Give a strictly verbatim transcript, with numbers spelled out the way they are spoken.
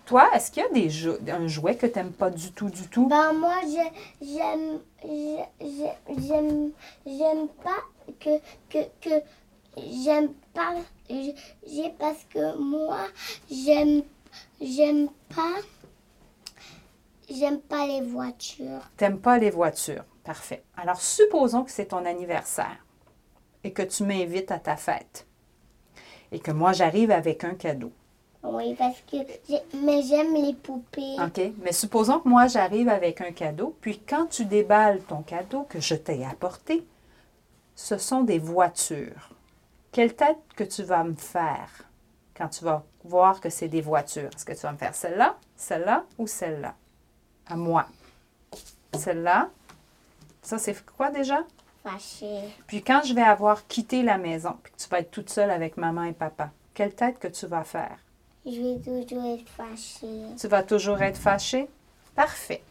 Toi, est-ce qu'il y a des jou un jouet que tu n'aimes pas du tout, du tout? Ben moi, je- j'aime, je- je- j'aime, j'aime pas que, que, que, j'aime pas, je- j'ai parce que moi, j'aime, j'aime pas, j'aime pas les voitures. T'aimes pas les voitures. Parfait. Alors, supposons que c'est ton anniversaire et que tu m'invites à ta fête et que moi, j'arrive avec un cadeau. Oui, parce que, j'ai- mais j'aime les poupées. OK? Mais supposons que moi, j'arrive avec un cadeau, puis quand tu déballes ton cadeau que je t'ai apporté, ce sont des voitures. Quelle tête que tu vas me faire quand tu vas voir que c'est des voitures? Est-ce que tu vas me faire celle-là, celle-là ou celle-là? À moi. Celle-là. Ça, c'est quoi déjà? Fâchée. Puis quand je vais avoir quitté la maison, puis que tu vas être toute seule avec maman et papa, quelle tête que tu vas faire? Je vais toujours être fâchée. Tu vas toujours être fâchée? Parfait.